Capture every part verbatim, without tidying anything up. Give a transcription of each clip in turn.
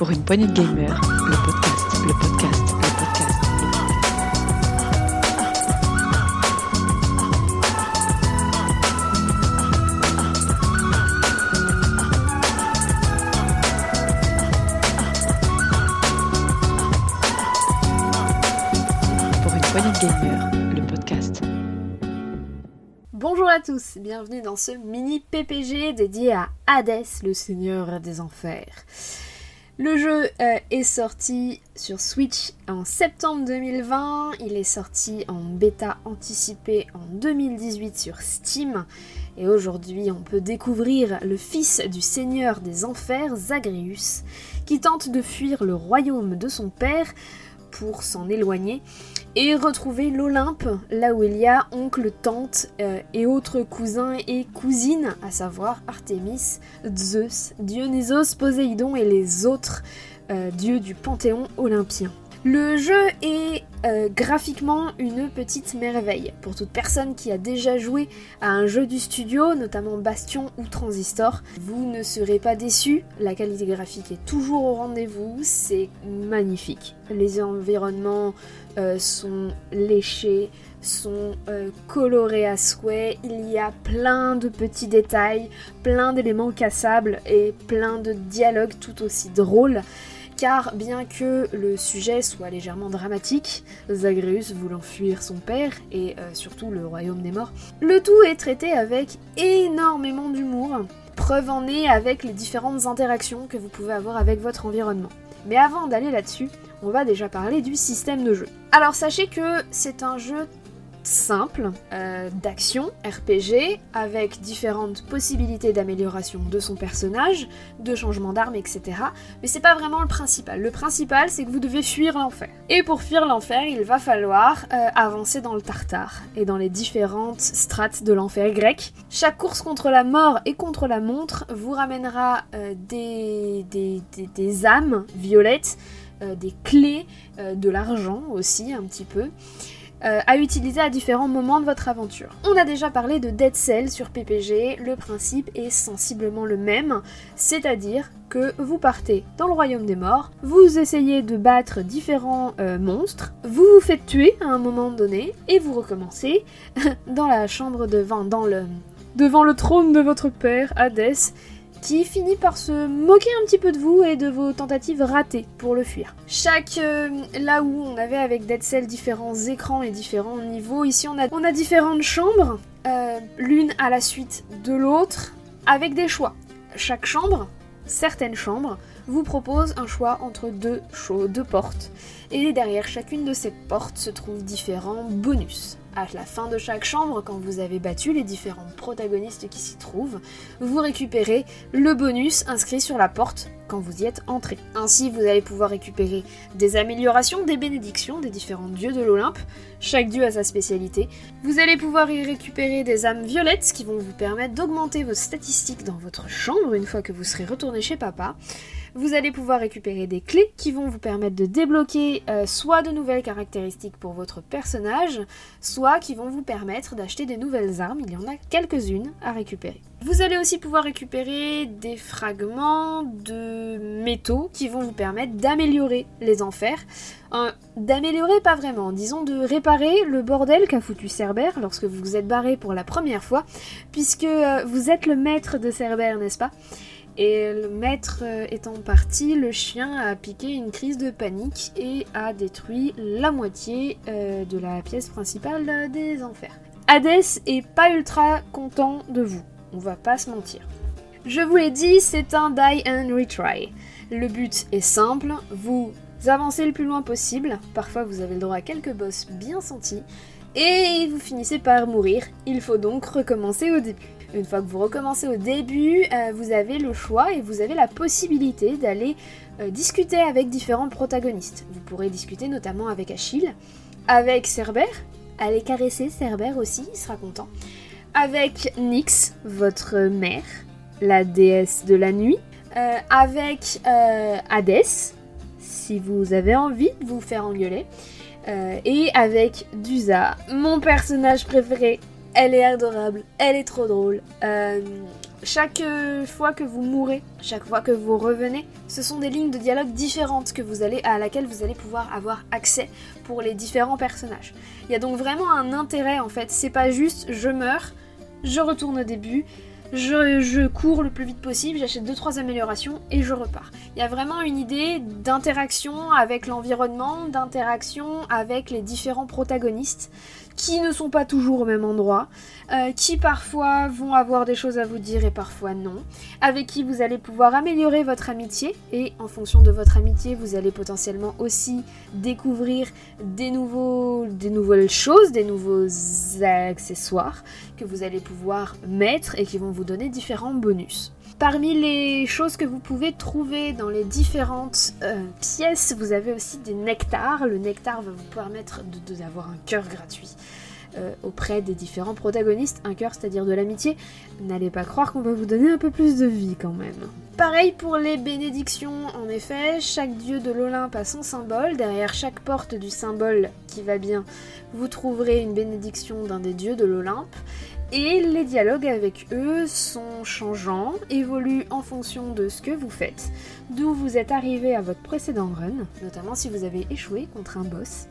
Pour une poignée de gamers, le podcast, le podcast, le podcast, le podcast. Pour une poignée de gamers, le podcast. Bonjour à tous, bienvenue dans ce mini P P G dédié à Hades, le seigneur des enfers. Le jeu euh, est sorti sur Switch en septembre deux mille vingt, il est sorti en bêta anticipée en deux mille dix-huit sur Steam, et aujourd'hui on peut découvrir le fils du seigneur des enfers, Zagreus, qui tente de fuir le royaume de son père pour s'en éloigner et retrouver l'Olympe, là où il y a oncle, tante euh, et autres cousins et cousines, à savoir Artémis, Zeus, Dionysos, Poséidon et les autres euh, dieux du panthéon olympien. Le jeu est euh, graphiquement une petite merveille. Pour toute personne qui a déjà joué à un jeu du studio, notamment Bastion ou Transistor, vous ne serez pas déçus. La qualité graphique est toujours au rendez-vous, c'est magnifique. Les environnements euh, sont léchés, sont euh, colorés à souhait, il y a plein de petits détails, plein d'éléments cassables et plein de dialogues tout aussi drôles. Car bien que le sujet soit légèrement dramatique, Zagreus voulant fuir son père et euh, surtout le royaume des morts, le tout est traité avec énormément d'humour, preuve en est avec les différentes interactions que vous pouvez avoir avec votre environnement. Mais avant d'aller là-dessus, on va déjà parler du système de jeu. Alors sachez que c'est un jeu simple, euh, d'action, R P G, avec différentes possibilités d'amélioration de son personnage, de changement d'armes, et cetera. Mais c'est pas vraiment le principal. Le principal, c'est que vous devez fuir l'enfer. Et pour fuir l'enfer, il va falloir euh, avancer dans le Tartare et dans les différentes strates de l'enfer grec. Chaque course contre la mort et contre la montre vous ramènera euh, des, des, des, des âmes violettes, euh, des clés, euh, de l'argent aussi un petit peu, Euh, à utiliser à différents moments de votre aventure. On a déjà parlé de Dead Cell sur P P G, le principe est sensiblement le même, c'est-à-dire que vous partez dans le royaume des morts, vous essayez de battre différents euh, monstres, vous vous faites tuer à un moment donné, et vous recommencez dans la chambre devant, dans le, devant le trône de votre père, Hadès, qui finit par se moquer un petit peu de vous et de vos tentatives ratées pour le fuir. Chaque... Euh, là où on avait avec Dead Cell différents écrans et différents niveaux, ici on a, on a différentes chambres, euh, l'une à la suite de l'autre, avec des choix. Chaque chambre, certaines chambres, vous propose un choix entre deux, cho- deux portes, et derrière chacune de ces portes se trouvent différents bonus. À la fin de chaque chambre, quand vous avez battu les différents protagonistes qui s'y trouvent, vous récupérez le bonus inscrit sur la porte quand vous y êtes entré. Ainsi, vous allez pouvoir récupérer des améliorations, des bénédictions des différents dieux de l'Olympe. Chaque dieu a sa spécialité. Vous allez pouvoir y récupérer des âmes violettes qui vont vous permettre d'augmenter vos statistiques dans votre chambre une fois que vous serez retourné chez papa. Vous allez pouvoir récupérer des clés qui vont vous permettre de débloquer euh, soit de nouvelles caractéristiques pour votre personnage, soit qui vont vous permettre d'acheter des nouvelles armes. Il y en a quelques-unes à récupérer. Vous allez aussi pouvoir récupérer des fragments de métaux qui vont vous permettre d'améliorer les enfers. Euh, d'améliorer pas vraiment, disons de réparer le bordel qu'a foutu Cerbère lorsque vous vous êtes barré pour la première fois, puisque euh, vous êtes le maître de Cerbère, n'est-ce pas ? Et le maître étant parti, le chien a piqué une crise de panique et a détruit la moitié euh, de la pièce principale des enfers. Hadès est pas ultra content de vous, on va pas se mentir. Je vous l'ai dit, c'est un die and retry. Le but est simple, vous avancez le plus loin possible, parfois vous avez le droit à quelques boss bien sentis, et vous finissez par mourir, il faut donc recommencer au début. Une fois que vous recommencez au début, euh, vous avez le choix et vous avez la possibilité d'aller euh, discuter avec différents protagonistes. Vous pourrez discuter notamment avec Achille, avec Cerbère, aller caresser Cerbère aussi, il sera content, avec Nyx, votre mère, la déesse de la nuit, euh, avec euh, Hadès, si vous avez envie de vous faire engueuler, euh, et avec Dusa, mon personnage préféré. Elle est adorable, elle est trop drôle. Euh, chaque fois que vous mourrez, chaque fois que vous revenez, ce sont des lignes de dialogue différentes que vous allez, à laquelle vous allez pouvoir avoir accès pour les différents personnages. Il y a donc vraiment un intérêt en fait, c'est pas juste je meurs, je retourne au début, je, je cours le plus vite possible, j'achète deux trois améliorations et je repars. Il y a vraiment une idée d'interaction avec l'environnement, d'interaction avec les différents protagonistes qui ne sont pas toujours au même endroit, euh, qui parfois vont avoir des choses à vous dire et parfois non, avec qui vous allez pouvoir améliorer votre amitié, et en fonction de votre amitié, vous allez potentiellement aussi découvrir des, nouveaux, des nouvelles choses, des nouveaux accessoires que vous allez pouvoir mettre et qui vont vous donner différents bonus. Parmi les choses que vous pouvez trouver dans les différentes euh, pièces, vous avez aussi des nectars. Le nectar va vous permettre de, de, d'avoir un cœur gratuit euh, auprès des différents protagonistes. Un cœur, c'est-à-dire de l'amitié. N'allez pas croire qu'on va vous donner un peu plus de vie quand même. Pareil pour les bénédictions, en effet, chaque dieu de l'Olympe a son symbole. Derrière chaque porte du symbole qui va bien, vous trouverez une bénédiction d'un des dieux de l'Olympe. Et les dialogues avec eux sont changeants, évoluent en fonction de ce que vous faites, d'où vous êtes arrivé à votre précédent run, notamment si vous avez échoué contre un boss,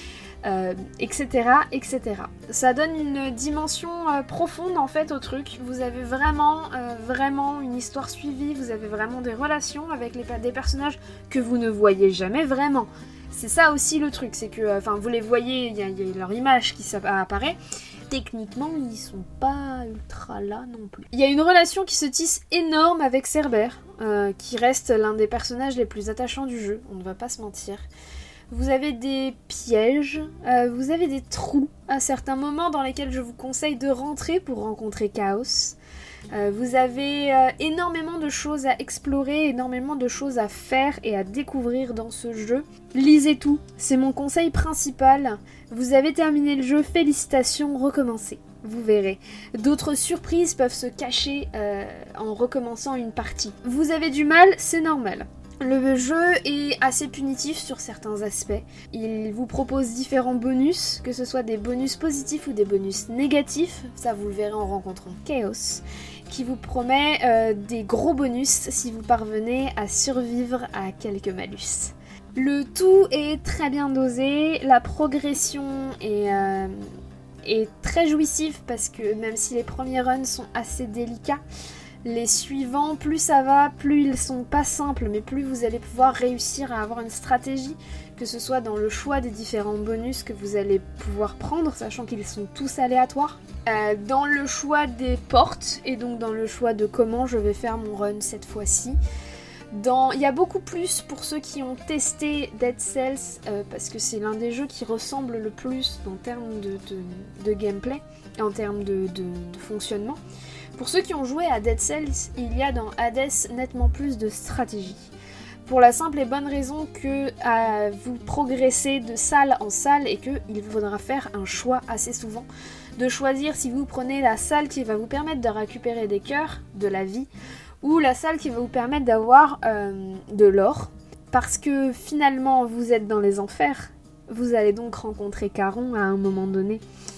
euh, et cetera, et cetera. Ça donne une dimension euh, profonde en fait au truc. Vous avez vraiment, euh, vraiment une histoire suivie, vous avez vraiment des relations avec les, des personnages que vous ne voyez jamais vraiment. C'est ça aussi le truc, c'est que, enfin, vous les voyez, il y, y a leur image qui apparaît. Techniquement, ils sont pas ultra là non plus. Il y a une relation qui se tisse énorme avec Cerber, euh, qui reste l'un des personnages les plus attachants du jeu, on ne va pas se mentir. Vous avez des pièges, euh, vous avez des trous à certains moments dans lesquels je vous conseille de rentrer pour rencontrer Chaos. Euh, vous avez euh, énormément de choses à explorer, énormément de choses à faire et à découvrir dans ce jeu. Lisez tout, c'est mon conseil principal. Vous avez terminé le jeu, félicitations, recommencez. Vous verrez. D'autres surprises peuvent se cacher euh, en recommençant une partie. Vous avez du mal, c'est normal. Le jeu est assez punitif sur certains aspects. Il vous propose différents bonus, que ce soit des bonus positifs ou des bonus négatifs. Ça, vous le verrez en rencontrant Chaos, qui vous promet euh, des gros bonus si vous parvenez à survivre à quelques malus. Le tout est très bien dosé, la progression est, euh, est très jouissive parce que même si les premiers runs sont assez délicats, les suivants, plus ça va, plus ils sont pas simples, mais plus vous allez pouvoir réussir à avoir une stratégie, que ce soit dans le choix des différents bonus que vous allez pouvoir prendre, sachant qu'ils sont tous aléatoires, euh, dans le choix des portes, et donc dans le choix de comment je vais faire mon run cette fois-ci. Dans... Il y a beaucoup plus pour ceux qui ont testé Dead Cells, euh, parce que c'est l'un des jeux qui ressemble le plus en termes de, de, de gameplay, en termes de, de, de fonctionnement. Pour ceux qui ont joué à Dead Cells, il y a dans Hades nettement plus de stratégie. Pour la simple et bonne raison que euh, vous progressez de salle en salle et qu'il faudra faire un choix assez souvent de choisir si vous prenez la salle qui va vous permettre de récupérer des cœurs, de la vie, ou la salle qui va vous permettre d'avoir euh, de l'or. Parce que finalement vous êtes dans les enfers, vous allez donc rencontrer Charon à un moment donné.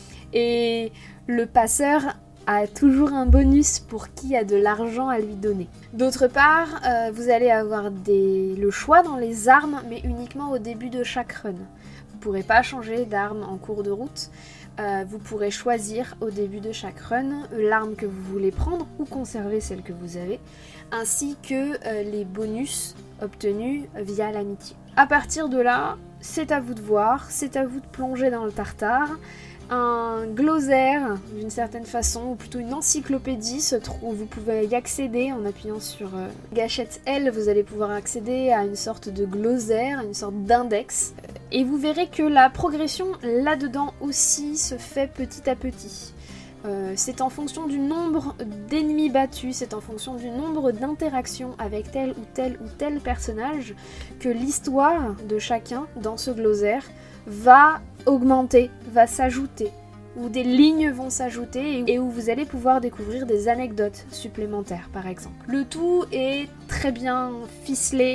Et le passeur a toujours un bonus pour qui a de l'argent à lui donner. D'autre part, euh, vous allez avoir des... le choix dans les armes, mais uniquement au début de chaque run. Vous ne pourrez pas changer d'arme en cours de route. Euh, vous pourrez choisir au début de chaque run l'arme que vous voulez prendre ou conserver celle que vous avez, ainsi que euh, les bonus obtenus via l'amitié. À partir de là, c'est à vous de voir, c'est à vous de plonger dans le tartare. Un glossaire, d'une certaine façon, ou plutôt une encyclopédie se trouve, vous pouvez y accéder en appuyant sur euh, gâchette L, vous allez pouvoir accéder à une sorte de glossaire, une sorte d'index, et vous verrez que la progression là-dedans aussi se fait petit à petit. Euh, c'est en fonction du nombre d'ennemis battus, c'est en fonction du nombre d'interactions avec tel ou tel ou tel personnage que l'histoire de chacun dans ce glossaire va augmenter, va s'ajouter, où des lignes vont s'ajouter et où vous allez pouvoir découvrir des anecdotes supplémentaires par exemple. Le tout est très bien ficelé,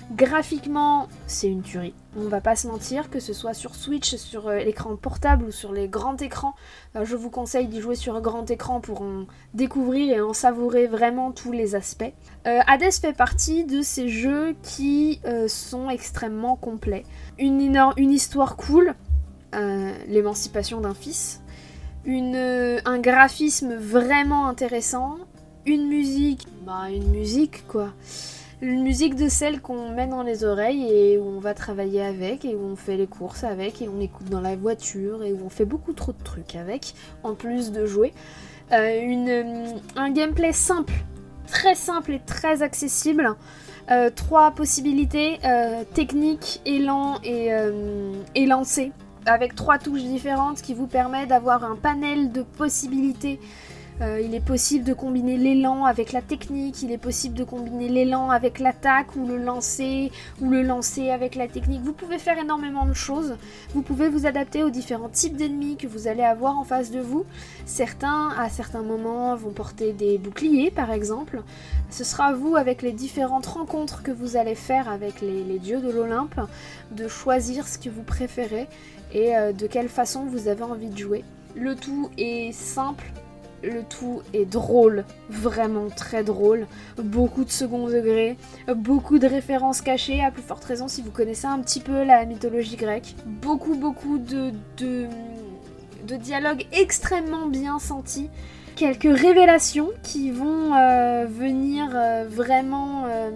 Graphiquement, c'est une tuerie. On va pas se mentir, que ce soit sur Switch, sur euh, l'écran portable ou sur les grands écrans. Euh, je vous conseille d'y jouer sur un grand écran pour en découvrir et en savourer vraiment tous les aspects. Euh, Hades fait partie de ces jeux qui euh, sont extrêmement complets. Une, énorme, une histoire cool, euh, l'émancipation d'un fils, une, euh, un graphisme vraiment intéressant, une musique, bah une musique quoi. Une musique de celle qu'on met dans les oreilles et où on va travailler avec et où on fait les courses avec et on écoute dans la voiture et où on fait beaucoup trop de trucs avec, en plus de jouer. Euh, une, un gameplay simple, très simple et très accessible. Euh, trois possibilités, euh, technique, élan et, euh, et lancer, avec trois touches différentes qui vous permettent d'avoir un panel de possibilités. Euh, il est possible de combiner l'élan avec la technique, il est possible de combiner l'élan avec l'attaque ou le lancer, ou le lancer avec la technique. Vous pouvez faire énormément de choses, vous pouvez vous adapter aux différents types d'ennemis que vous allez avoir en face de vous. Certains, à certains moments, vont porter des boucliers par exemple. Ce sera à vous, avec les différentes rencontres que vous allez faire avec les, les dieux de l'Olympe, de choisir ce que vous préférez et euh, de quelle façon vous avez envie de jouer. Le tout est simple. Le tout est drôle, vraiment très drôle, beaucoup de second degré, beaucoup de références cachées, à plus forte raison si vous connaissez un petit peu la mythologie grecque, beaucoup beaucoup de, de, de dialogues extrêmement bien sentis, quelques révélations qui vont euh, venir euh, vraiment euh,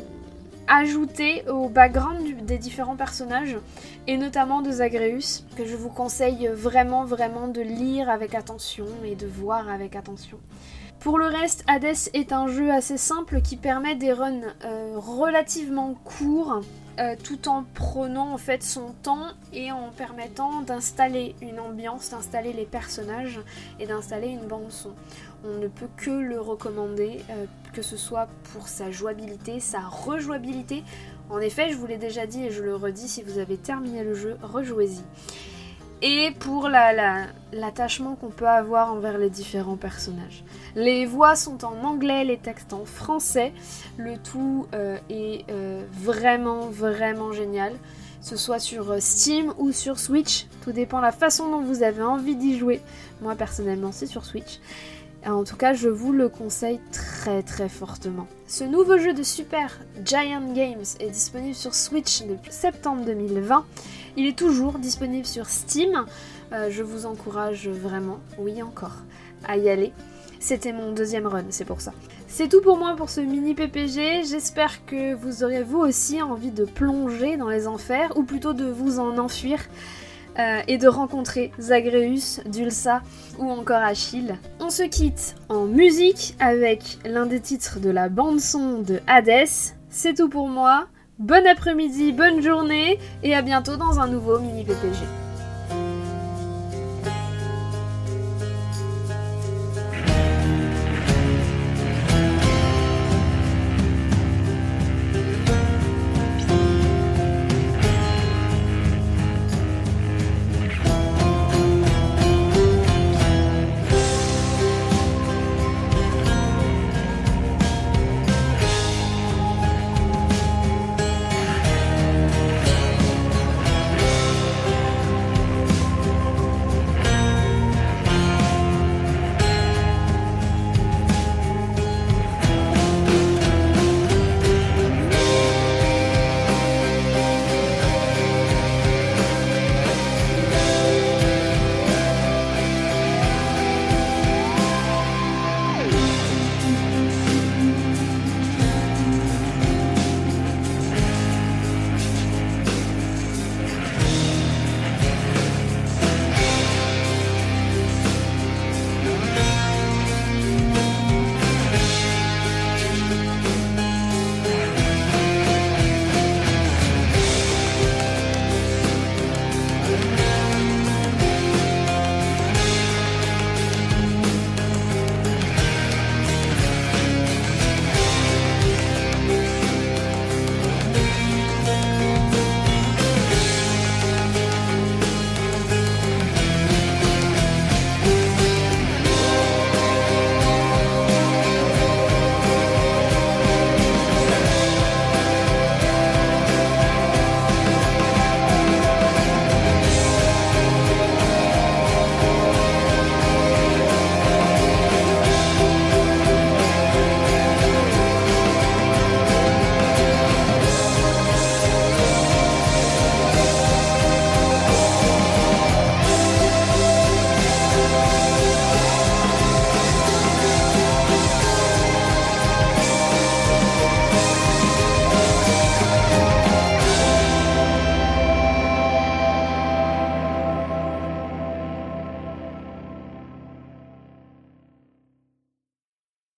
ajouter au background du, des différents personnages, et notamment de Zagreus, que je vous conseille vraiment vraiment de lire avec attention et de voir avec attention. Pour le reste, Hades est un jeu assez simple qui permet des runs euh, relativement courts, euh, tout en prenant en fait son temps et en permettant d'installer une ambiance, d'installer les personnages et d'installer une bande son. On ne peut que le recommander, euh, que ce soit pour sa jouabilité, sa rejouabilité. En effet, je vous l'ai déjà dit et je le redis, si vous avez terminé le jeu, rejouez-y. Et pour la, la, l'attachement qu'on peut avoir envers les différents personnages. Les voix sont en anglais, les textes en français. Le tout euh, est euh, vraiment, vraiment génial. Que ce soit sur Steam ou sur Switch. Tout dépend de la façon dont vous avez envie d'y jouer. Moi, personnellement, c'est sur Switch. En tout cas, je vous le conseille très très fortement. Ce nouveau jeu de Super Giant Games est disponible sur Switch depuis septembre deux mille vingt. Il est toujours disponible sur Steam. Euh, je vous encourage vraiment, oui encore, à y aller. C'était mon deuxième run, c'est pour ça. C'est tout pour moi pour ce mini P P G. J'espère que vous aurez vous aussi envie de plonger dans les enfers, ou plutôt de vous en enfuir. Euh, et de rencontrer Zagreus, Dulça ou encore Achille. On se quitte en musique avec l'un des titres de la bande-son de Hades. C'est tout pour moi. Bon après-midi, bonne journée et à bientôt dans un nouveau mini P P G.